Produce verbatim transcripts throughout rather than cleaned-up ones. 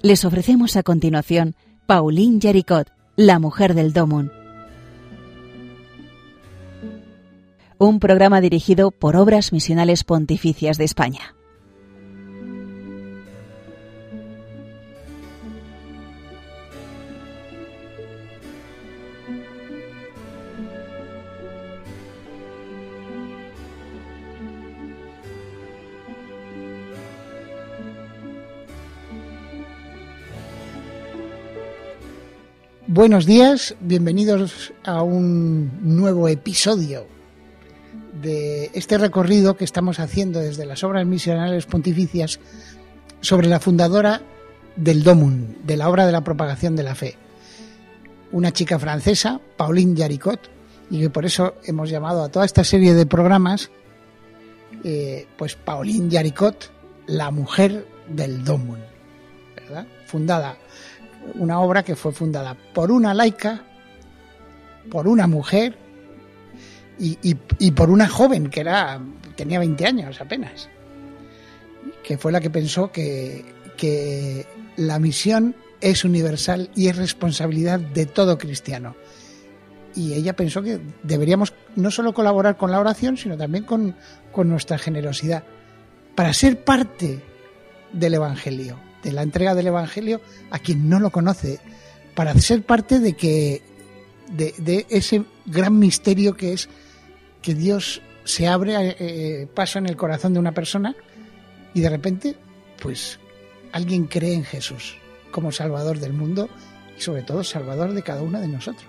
Les ofrecemos a continuación Pauline Jaricot, la mujer del Dómun. Un programa dirigido por Obras Misionales Pontificias de España. Buenos días, bienvenidos a un nuevo episodio de este recorrido que estamos haciendo desde las Obras Misionales Pontificias sobre la fundadora del Dómun, de la obra de la propagación de la fe. Una chica francesa, Pauline Jaricot, y que por eso hemos llamado a toda esta serie de programas, eh, pues Pauline Jaricot, la mujer del Dómun, ¿verdad? Fundada, una obra que fue fundada por una laica, por una mujer y, y, y por una joven que era tenía veinte años apenas, que fue la que pensó que, que la misión es universal y es responsabilidad de todo cristiano. Y ella pensó que deberíamos no solo colaborar con la oración, sino también con, con nuestra generosidad, para ser parte del Evangelio, de la entrega del Evangelio a quien no lo conoce, para ser parte de que de, de ese gran misterio que es que Dios se abre eh, paso en el corazón de una persona y de repente pues alguien cree en Jesús como Salvador del mundo y sobre todo Salvador de cada uno de nosotros.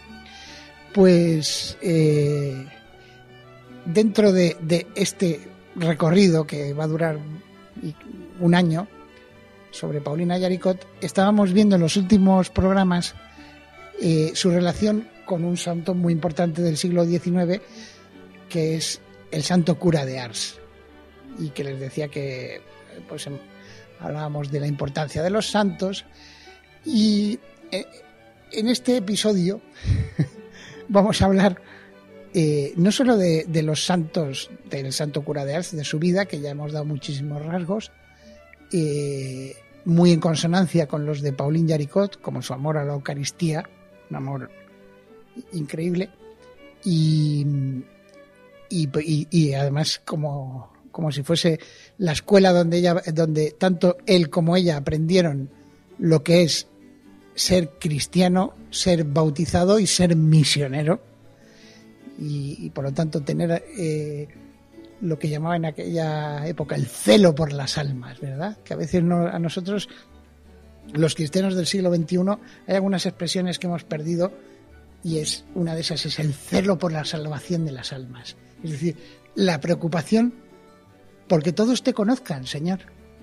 Pues eh, dentro de, de este recorrido que va a durar un año sobre Paulina Jaricot, estábamos viendo en los últimos programas eh, su relación con un santo muy importante del siglo diecinueve, que es el santo cura de Ars, y que les decía que pues hablábamos de la importancia de los santos, y eh, en este episodio vamos a hablar eh, no solo de, de los santos, del santo cura de Ars, de su vida, que ya hemos dado muchísimos rasgos, Eh, muy en consonancia con los de Pauline Jaricot, como su amor a la Eucaristía, un amor increíble, y, y, y, y además como, como si fuese la escuela donde ella, donde tanto él como ella aprendieron lo que es ser cristiano, ser bautizado y ser misionero, y, y por lo tanto tener eh, lo que llamaba en aquella época el celo por las almas, ¿verdad? Que a veces no, a nosotros, los cristianos del siglo veintiuno, hay algunas expresiones que hemos perdido y es una de esas es el celo por la salvación de las almas. Es decir, la preocupación porque todos te conozcan, Señor.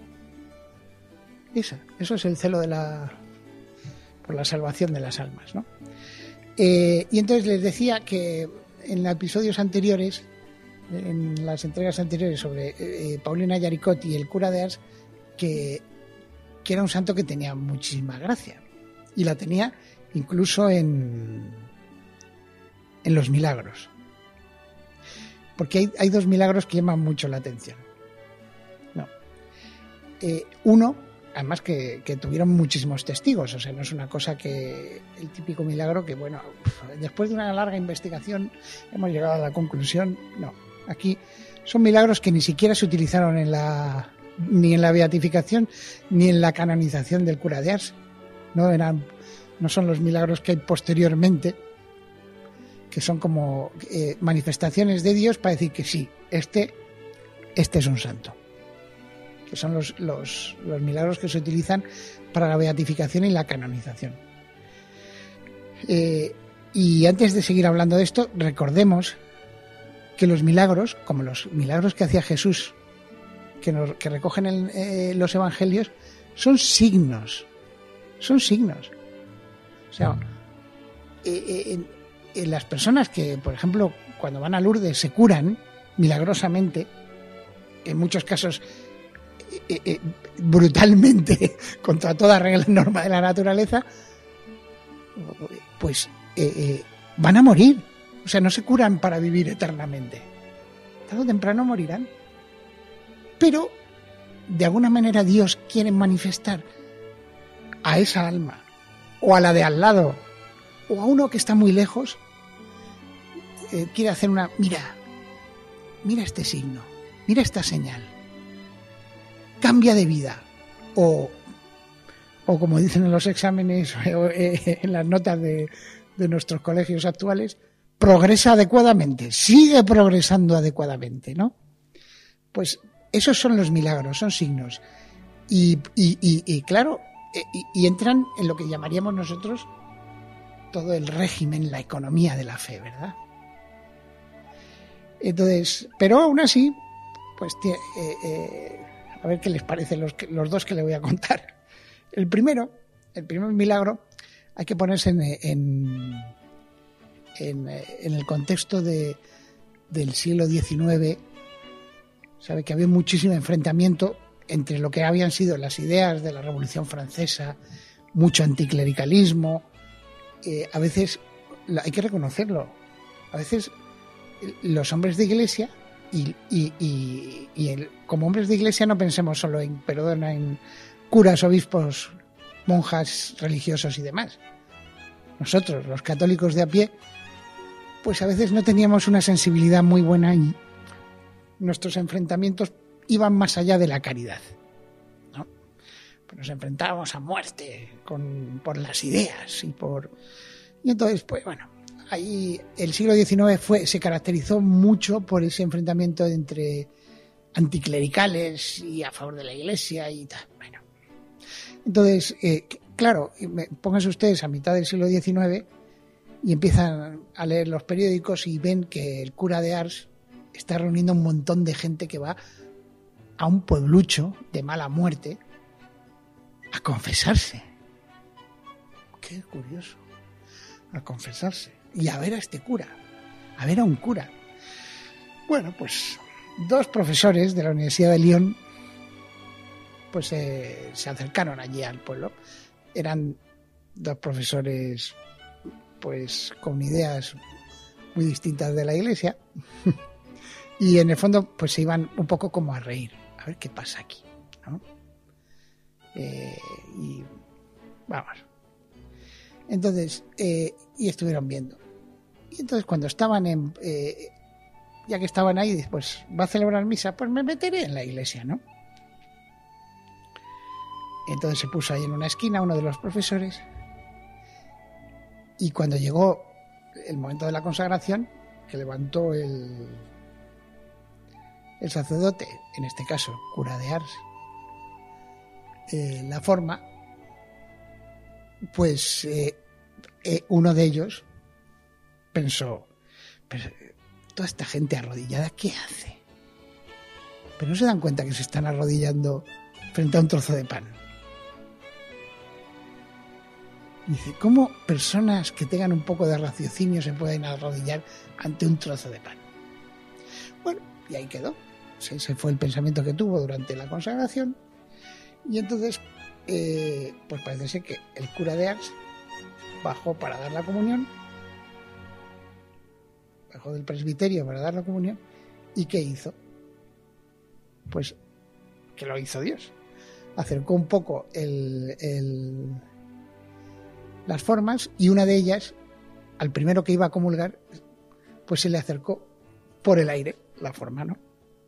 Esa, eso es el celo de la por la salvación de las almas, ¿no? Eh, y entonces les decía que en los episodios anteriores, en las entregas anteriores sobre eh, Paulina Jaricot y el cura de Ars, que, que era un santo que tenía muchísima gracia y la tenía incluso en en los milagros, porque hay, hay dos milagros que llaman mucho la atención. No. Eh, uno, además que, que tuvieron muchísimos testigos, o sea, no es una cosa que el típico milagro que, bueno, después de una larga investigación hemos llegado a la conclusión. No. Aquí son milagros que ni siquiera se utilizaron en la ni en la beatificación ni en la canonización del cura de Ars. No eran, no son los milagros que hay posteriormente, que son como eh, manifestaciones de Dios para decir que sí, este, este es un santo. Que son los, los, los milagros que se utilizan para la beatificación y la canonización. Eh, y antes de seguir hablando de esto, recordemos que los milagros, como los milagros que hacía Jesús, que, nos, que recogen en eh, los evangelios, son signos, son signos. O sea, eh, eh, en, en las personas que, por ejemplo, cuando van a Lourdes se curan milagrosamente, en muchos casos eh, eh, brutalmente, contra toda regla y norma de la naturaleza, pues eh, eh, van a morir. O sea, no se curan para vivir eternamente. Tarde o temprano morirán. Pero, de alguna manera, Dios quiere manifestar a esa alma, o a la de al lado, o a uno que está muy lejos, eh, quiere hacer una... Mira, mira este signo, mira esta señal, cambia de vida, o, o como dicen en los exámenes, o, eh, en las notas de, de nuestros colegios actuales, progresa adecuadamente, sigue progresando adecuadamente, ¿no? Pues esos son los milagros, son signos. Y, y, y, y claro, y, y entran en lo que llamaríamos nosotros todo el régimen, la economía de la fe, ¿verdad? Entonces, pero aún así, pues eh, eh, a ver qué les parece los, los dos que le voy a contar. El primero, el primer milagro, hay que ponerse en, en, en, en el contexto de, del siglo diecinueve. Sabe que había muchísimo enfrentamiento entre lo que habían sido las ideas de la Revolución Francesa, mucho anticlericalismo. Eh, a veces, hay que reconocerlo, a veces los hombres de iglesia, y, y, y, y el, como hombres de iglesia no pensemos solo en, perdona, en curas, obispos, monjas, religiosos y demás. Nosotros, los católicos de a pie, pues a veces no teníamos una sensibilidad muy buena y nuestros enfrentamientos iban más allá de la caridad, ¿no? Pues nos enfrentábamos a muerte con, por las ideas y por... Y entonces, pues bueno, ahí el siglo diecinueve fue, se caracterizó mucho por ese enfrentamiento entre anticlericales y a favor de la iglesia y tal. Bueno, entonces, eh, claro, pónganse ustedes a mitad del siglo diecinueve y empiezan a leer los periódicos y ven que el cura de Ars está reuniendo un montón de gente que va a un pueblucho de mala muerte a confesarse. Qué curioso. A confesarse. Y a ver a este cura. A ver a un cura. Bueno, pues dos profesores de la Universidad de Lyon pues eh, se acercaron allí al pueblo. Eran dos profesores pues con ideas muy distintas de la iglesia. Y en el fondo pues se iban un poco como a reír. A ver qué pasa aquí, ¿no? Eh, y vamos. Entonces, eh, y estuvieron viendo. Y entonces cuando estaban en... Eh, ya que estaban ahí, pues va a celebrar misa, pues me meteré en la iglesia, ¿no? Entonces se puso ahí en una esquina uno de los profesores y cuando llegó el momento de la consagración, que levantó el... el sacerdote, en este caso cura de Ars, eh, la forma, pues eh, eh, uno de ellos pensó, pero toda esta gente arrodillada, ¿qué hace? Pero no se dan cuenta que se están arrodillando frente a un trozo de pan. Dice, ¿cómo personas que tengan un poco de raciocinio se pueden arrodillar ante un trozo de pan? Bueno, y ahí quedó. Ese fue el pensamiento que tuvo durante la consagración. Y entonces, eh, pues parece ser que el cura de Ars bajó para dar la comunión, bajó del presbiterio para dar la comunión. ¿Y qué hizo? Pues que lo hizo Dios. Acercó un poco el, el, las formas y una de ellas, al primero que iba a comulgar, pues se le acercó por el aire la forma, ¿no?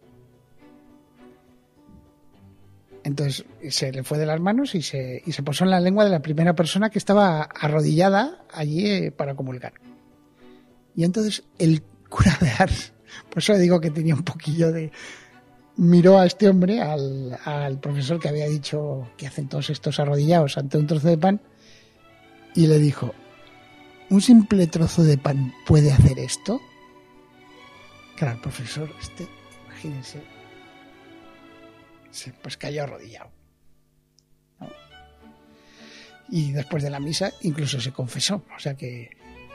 Entonces se le fue de las manos y se, y se posó en la lengua de la primera persona que estaba arrodillada allí eh, para comulgar. Y entonces el cura de Ars, por eso le digo que tenía un poquillo de... miró a este hombre, al, al profesor que había dicho que hacen todos estos arrodillados ante un trozo de pan, y le dijo, ¿un simple trozo de pan puede hacer esto? Claro, el profesor este, imagínense, se pues cayó arrodillado, ¿no? Y después de la misa incluso se confesó, o sea que...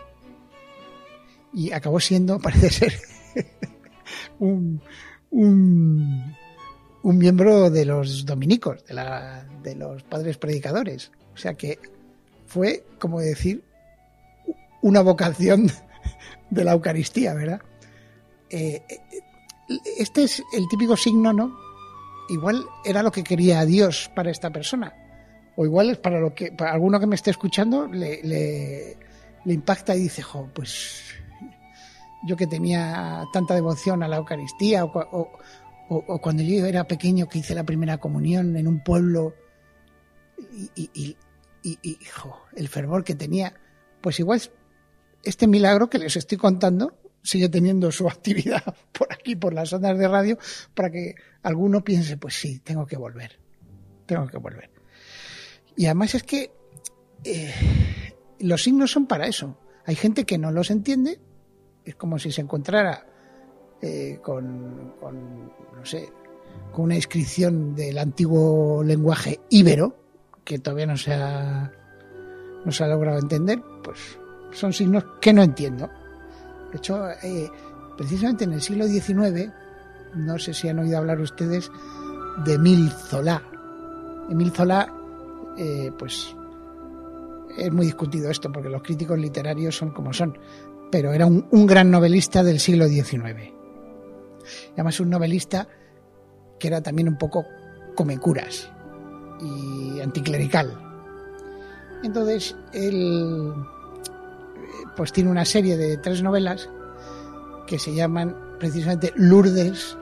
Y acabó siendo, parece ser, un... Un, un miembro de los dominicos, de, la, de los padres predicadores. O sea que fue, como decir, una vocación de la Eucaristía, ¿verdad? Eh, este es el típico signo, ¿no? Igual era lo que quería Dios para esta persona, O igual es para lo que para alguno que me esté escuchando le, le, le impacta y dice, jo, pues yo que tenía tanta devoción a la Eucaristía, o, o, o, o cuando yo era pequeño que hice la primera comunión en un pueblo y, y, y, y jo, el fervor que tenía, pues igual este milagro que les estoy contando sigue teniendo su actividad por aquí, por las ondas de radio, para que alguno piense, pues sí, tengo que volver, tengo que volver. Y además es que eh, los signos son para eso. Hay gente que no los entiende, es como si se encontrara eh, con, con, no sé, con una inscripción del antiguo lenguaje íbero, que todavía no se ha, no se ha logrado entender, pues son signos que no entiendo. De hecho, eh, precisamente en el siglo diecinueve, no sé si han oído hablar ustedes de Émile Zola. Émile Zola, eh, pues es muy discutido esto porque los críticos literarios son como son, pero era un, un gran novelista del siglo diecinueve. Y además un novelista que era también un poco comecuras y anticlerical. Entonces él pues tiene una serie de tres novelas que se llaman precisamente Lourdes,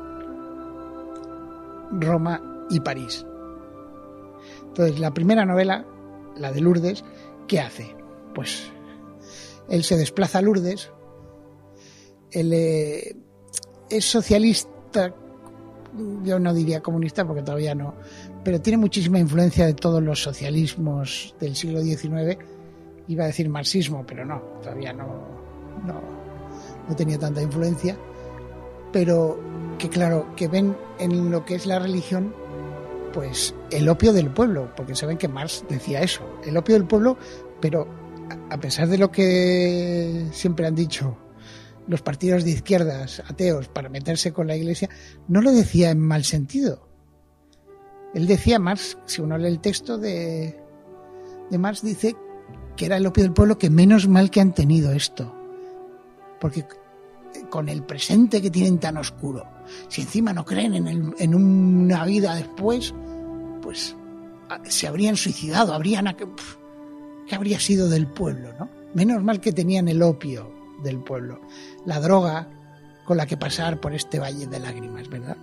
Roma y París. Entonces la primera novela, la de Lourdes, ¿qué hace? Pues él se desplaza a Lourdes, él eh, es socialista, yo no diría comunista porque todavía no, pero tiene muchísima influencia de todos los socialismos del siglo diecinueve. Iba a decir marxismo, pero no, todavía no, no, no tenía tanta influencia, pero que claro, que ven en lo que es la religión pues el opio del pueblo, porque saben que Marx decía eso, el opio del pueblo, pero a pesar de lo que siempre han dicho los partidos de izquierdas ateos para meterse con la Iglesia, no lo decía en mal sentido. Él decía, Marx, si uno lee el texto de, de Marx, dice que era el opio del pueblo, que menos mal que han tenido esto, porque con el presente que tienen tan oscuro, si encima no creen en, el, en una vida después, pues se habrían suicidado, habrían ¿qué habría sido del pueblo, no? Menos mal que tenían el opio del pueblo, la droga con la que pasar por este valle de lágrimas, ¿verdad?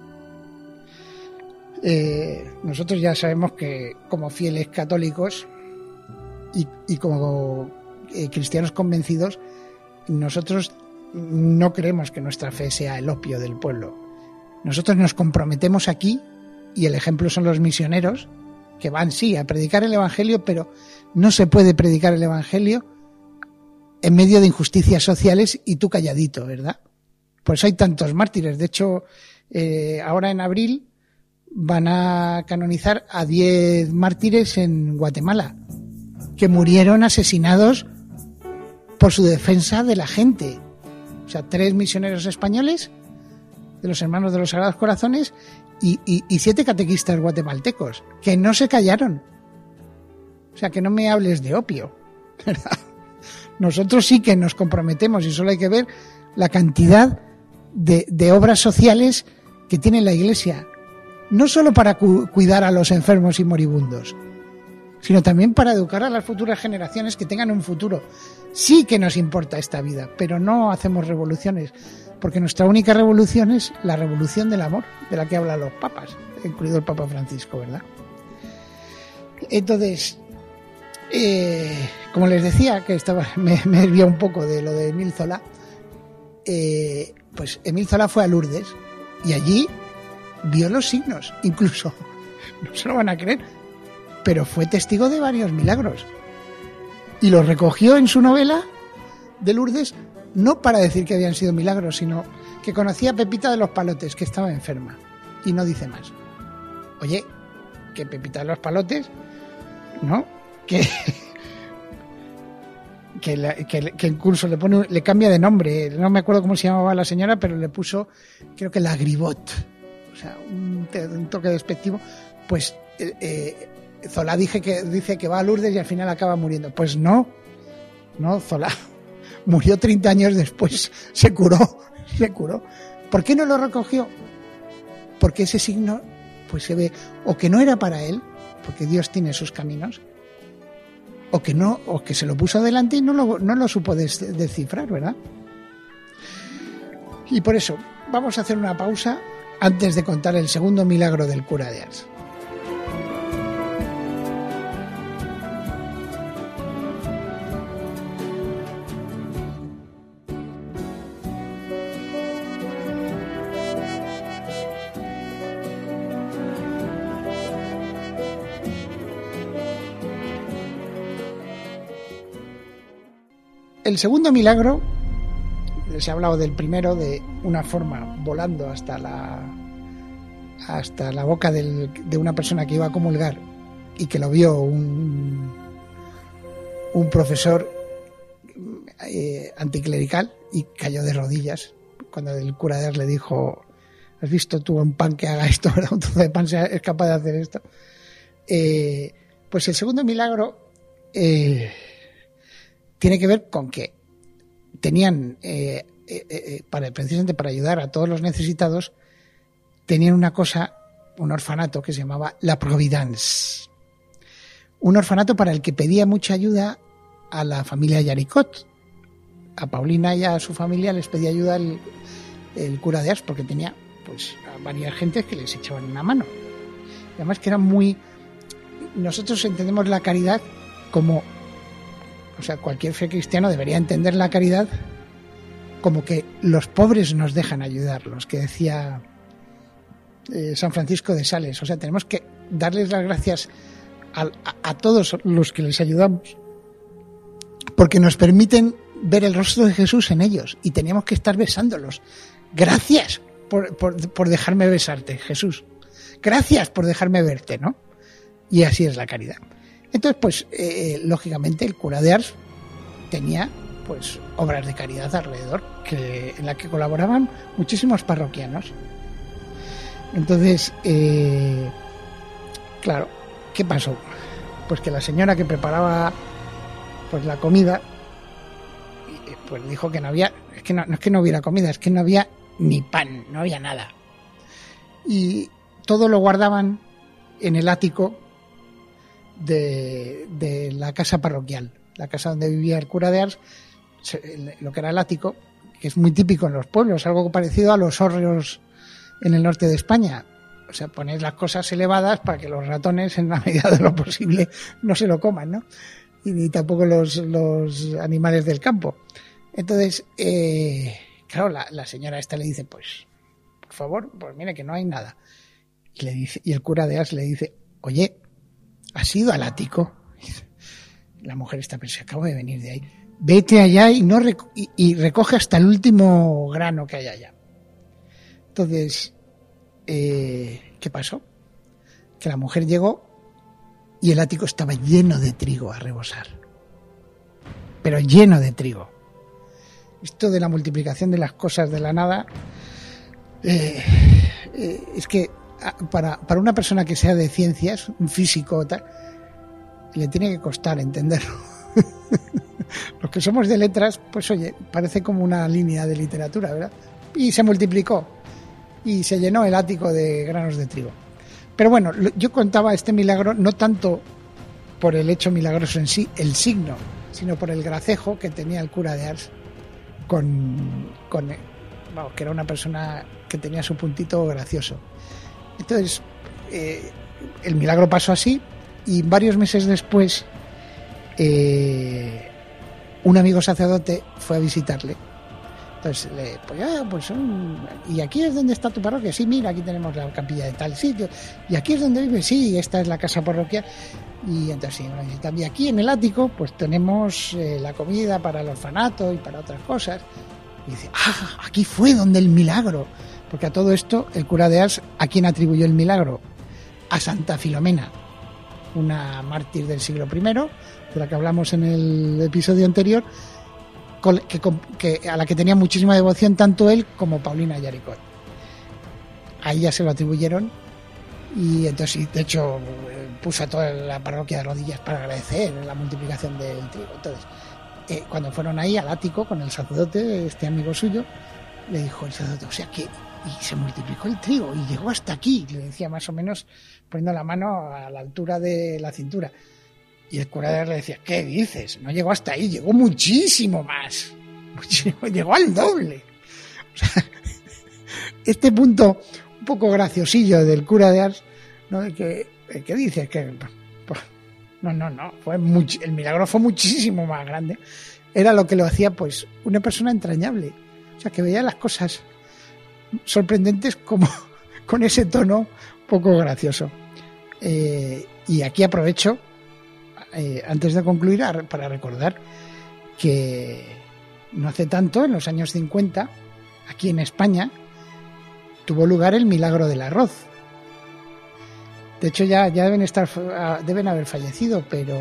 Eh, nosotros ya sabemos que como fieles católicos y, y como eh, cristianos convencidos, nosotros no creemos que nuestra fe sea el opio del pueblo. Nosotros nos comprometemos aquí, y el ejemplo son los misioneros, que van, sí, a predicar el Evangelio, pero no se puede predicar el Evangelio en medio de injusticias sociales y tú calladito, ¿verdad? Pues hay tantos mártires. De hecho, eh, ahora en abril van a canonizar a diez mártires en Guatemala, que murieron asesinados por su defensa de la gente. O sea, tres misioneros españoles de los Hermanos de los Sagrados Corazones y, y, y siete catequistas guatemaltecos que no se callaron. O sea, que no me hables de opio, ¿verdad? Nosotros sí que nos comprometemos y solo hay que ver la cantidad de, de obras sociales que tiene la Iglesia, no solo para cu- cuidar a los enfermos y moribundos, sino también para educar a las futuras generaciones que tengan un futuro. Sí que nos importa esta vida, pero no hacemos revoluciones, porque nuestra única revolución es la revolución del amor, de la que hablan los papas, incluido el Papa Francisco, ¿verdad? Entonces, eh, como les decía, que estaba me, me desvía un poco de lo de Émile Zola, eh, pues Émile Zola fue a Lourdes y allí vio los signos, incluso, no se lo van a creer, pero fue testigo de varios milagros. Y los recogió en su novela de Lourdes, no para decir que habían sido milagros, sino que conocía a Pepita de los Palotes, que estaba enferma. Y no dice más. Oye, que Pepita de los Palotes, ¿no? Que, que, la, que, que incluso le pone, le cambia de nombre. No me acuerdo cómo se llamaba la señora, pero le puso, creo que la Gribot. O sea, un, un toque despectivo. Pues eh, eh, Zola dije que, dice que va a Lourdes y al final acaba muriendo. Pues no, no, Zola murió treinta años después, se curó, se curó. ¿Por qué no lo recogió? Porque ese signo, pues se ve, o que no era para él, porque Dios tiene sus caminos, o que no, o que se lo puso delante y no lo, no lo supo des, descifrar, ¿verdad? Y por eso vamos a hacer una pausa antes de contar el segundo milagro del cura de Ars. El segundo milagro, les he hablado del primero, de una forma volando hasta la hasta la boca del, de una persona que iba a comulgar y que lo vio un, un profesor eh, anticlerical y cayó de rodillas cuando el cura de Ars le dijo: ¿has visto tú un pan que haga esto? Un trozo de pan es capaz de hacer esto. Eh, pues el segundo milagro eh, tiene que ver con que tenían, eh, eh, eh, para, precisamente para ayudar a todos los necesitados, tenían una cosa, un orfanato que se llamaba La Providence. Un orfanato para el que pedía mucha ayuda a la familia Yaricot. A Paulina y a su familia les pedía ayuda el, el cura de Ars, porque tenía pues a varias gentes que les echaban una mano. Y además que eran muy... Nosotros entendemos la caridad como... O sea, cualquier fe cristiano debería entender la caridad como que los pobres nos dejan ayudarlos, que decía eh, San Francisco de Sales. O sea, tenemos que darles las gracias a, a, a todos los que les ayudamos, porque nos permiten ver el rostro de Jesús en ellos y teníamos que estar besándolos. Gracias por, por, por dejarme besarte, Jesús. Gracias por dejarme verte, ¿no? Y así es la caridad. Entonces, pues, eh, lógicamente, el cura de Ars tenía, pues, obras de caridad alrededor, que, en la que colaboraban muchísimos parroquianos. Entonces, eh, claro, ¿qué pasó? Pues que la señora que preparaba, pues, la comida, pues dijo que no había, es que no, no es que no hubiera comida, es que no había ni pan, no había nada. Y todo lo guardaban en el ático De, de la casa parroquial, la casa donde vivía el cura de Ars, lo que era el ático, que es muy típico en los pueblos, algo parecido a los hórreos en el norte de España. O sea, ponéis las cosas elevadas para que los ratones, en la medida de lo posible, no se lo coman, ¿no? Y ni tampoco los, los animales del campo. Entonces, eh, claro, la, la señora esta le dice, pues, por favor, pues mire que no hay nada. Y, le dice, y el cura de Ars le dice, oye, ¿has ido al ático? La mujer está pensando, acabo de venir de ahí. Vete allá y, no reco- y, y recoge hasta el último grano que hay allá. Entonces, eh, ¿qué pasó? Que la mujer llegó y el ático estaba lleno de trigo a rebosar. Pero lleno de trigo. Esto de la multiplicación de las cosas de la nada, eh, eh, es que Para, para una persona que sea de ciencias, un físico, tal, le tiene que costar entenderlo. Los que somos de letras, pues oye, parece como una línea de literatura, ¿verdad? Y se multiplicó y se llenó el ático de granos de trigo. Pero bueno, yo contaba este milagro no tanto por el hecho milagroso en sí, el signo, sino por el gracejo que tenía el cura de Ars con, con vamos, que era una persona que tenía su puntito gracioso. Entonces, eh, el milagro pasó así y varios meses después eh, un amigo sacerdote fue a visitarle. Entonces, le, pues, ah, pues son, ¿y aquí es donde está tu parroquia? Sí, mira, aquí tenemos la capilla de tal sitio. ¿Y aquí es donde vive? Sí, esta es la casa parroquial. Y entonces, sí, y aquí en el ático, pues tenemos eh, la comida para el orfanato y para otras cosas. Y dice, ah, aquí fue donde el milagro. Porque a todo esto, el cura de Ars, ¿a quién atribuyó el milagro? A Santa Filomena, una mártir del siglo primero, de la que hablamos en el episodio anterior, que, que, a la que tenía muchísima devoción tanto él como Paulina Yaricot. A ella se lo atribuyeron y entonces, de hecho, puso a toda la parroquia de rodillas para agradecer la multiplicación del trigo. Entonces, eh, cuando fueron ahí al ático con el sacerdote, este amigo suyo, le dijo el sacerdote, o sea que y se multiplicó el trigo y llegó hasta aquí, le decía más o menos poniendo la mano a la altura de la cintura. Y el cura de Ars le decía, ¿qué dices? No llegó hasta ahí, llegó muchísimo más. Muchísimo, llegó al doble. O sea, este punto un poco graciosillo del cura de Ars, ¿no? De que, ¿qué dices? Que no, no, no, fue much, el milagro fue muchísimo más grande. Era lo que lo hacía, pues, una persona entrañable. O sea, que veía las cosas sorprendentes como con ese tono poco gracioso. Eh, y aquí aprovecho, eh, antes de concluir, a, para recordar que no hace tanto, en los años cincuenta, aquí en España, tuvo lugar el milagro del arroz. De hecho, ya, ya deben estar, deben haber fallecido, pero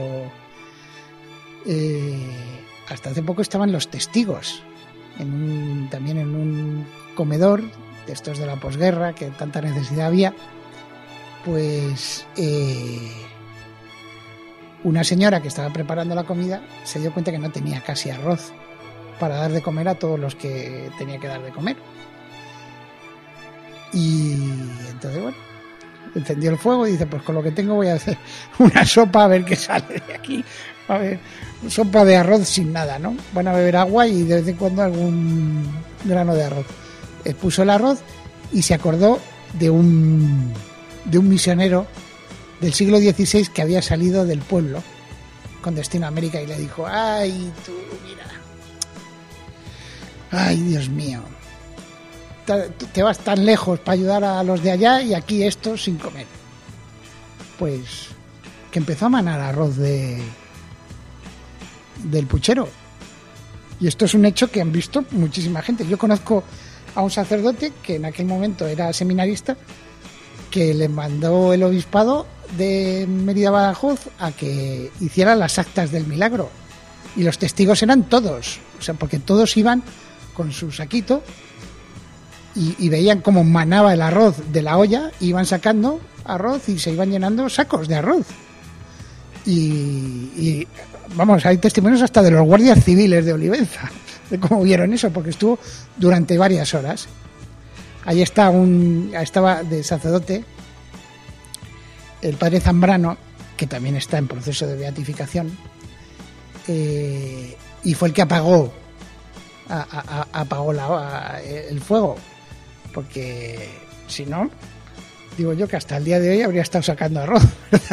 eh, hasta hace poco estaban los testigos, en un, también en un comedor de estos de la posguerra, que tanta necesidad había. Pues eh, una señora que estaba preparando la comida se dio cuenta que no tenía casi arroz para dar de comer a todos los que tenía que dar de comer. Y entonces, bueno, encendió el fuego y dice, pues con lo que tengo voy a hacer una sopa a ver qué sale de aquí. A ver, sopa de arroz sin nada, ¿no? Van a beber agua y de vez en cuando algún grano de arroz. Eh, puso el arroz y se acordó de un, de un misionero del siglo dieciséis que había salido del pueblo con destino a América y le dijo, ay, tú, mira, ay, Dios mío, te vas tan lejos para ayudar a los de allá y aquí esto sin comer. Pues que empezó a manar arroz de del puchero. Y esto es un hecho que han visto muchísima gente. Yo conozco a un sacerdote que en aquel momento era seminarista, que le mandó el obispado de Mérida Badajoz a que hiciera las actas del milagro. Y los testigos eran todos. O sea, porque todos iban con su saquito y, y veían cómo manaba el arroz de la olla, iban sacando arroz y se iban llenando sacos de arroz. Y, y vamos, hay testimonios hasta de los guardias civiles de Olivenza, de cómo vieron eso, porque estuvo durante varias horas. Ahí está un, estaba de sacerdote el padre Zambrano, que también está en proceso de beatificación, eh, y fue el que apagó a, a, a, apagó la, a, el fuego, porque si no, digo yo que hasta el día de hoy habría estado sacando arroz, ¿verdad?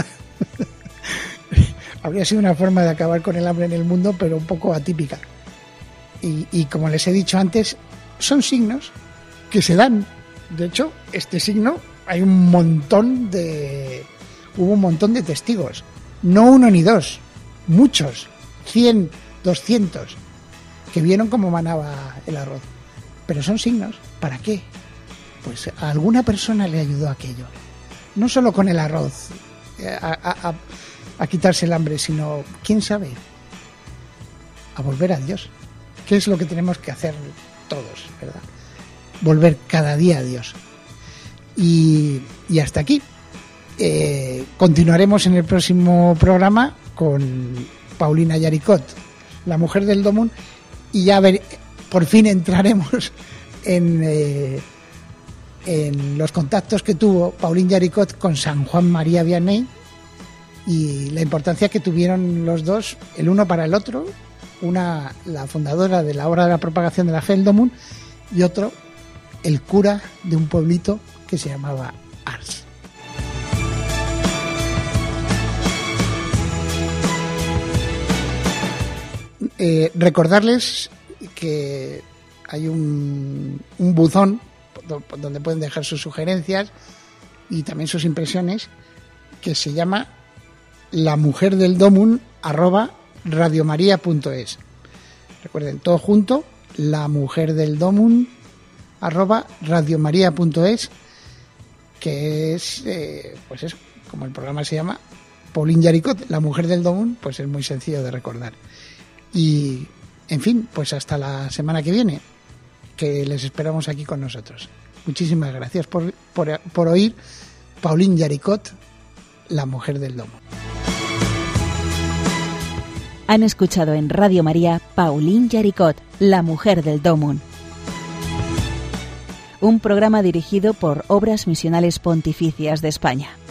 Habría sido una forma de acabar con el hambre en el mundo, pero un poco atípica. Y, y como les he dicho antes, son signos que se dan. De hecho, este signo hay un montón de... Hubo un montón de testigos. No uno ni dos. Muchos. Cien, doscientos. Que vieron cómo manaba el arroz. Pero son signos. ¿Para qué? Pues a alguna persona le ayudó aquello. No solo con el arroz. A, a, a, a quitarse el hambre, sino, quién sabe, a volver a Dios, que es lo que tenemos que hacer todos, ¿verdad? Volver cada día a Dios. Y, y hasta aquí. Eh, continuaremos en el próximo programa con Paulina Yaricot, la mujer del Domún, y ya ver, por fin entraremos en, eh, en los contactos que tuvo Paulina Yaricot con San Juan María Vianney y la importancia que tuvieron los dos, el uno para el otro, una la fundadora de la obra de la propagación de la fe, el Domún, y otro el cura de un pueblito que se llamaba Ars. Eh, recordarles que hay un, un buzón donde pueden dejar sus sugerencias y también sus impresiones, que se llama la mujer del Domún arroba radiomaria punto es. Recuerden, todo junto, la mujer del Domún arroba radiomaria punto es, que es eh, pues es como el programa se llama, Paulina Yaricot, la mujer del Domún, pues es muy sencillo de recordar. Y en fin, pues hasta la semana que viene, que les esperamos aquí con nosotros. Muchísimas gracias por, por, por oír Paulina Yaricot, la mujer del Domún. Han escuchado en Radio María Paulina Yaricot, la mujer del Domún. un programa dirigido por Obras Misionales Pontificias de España.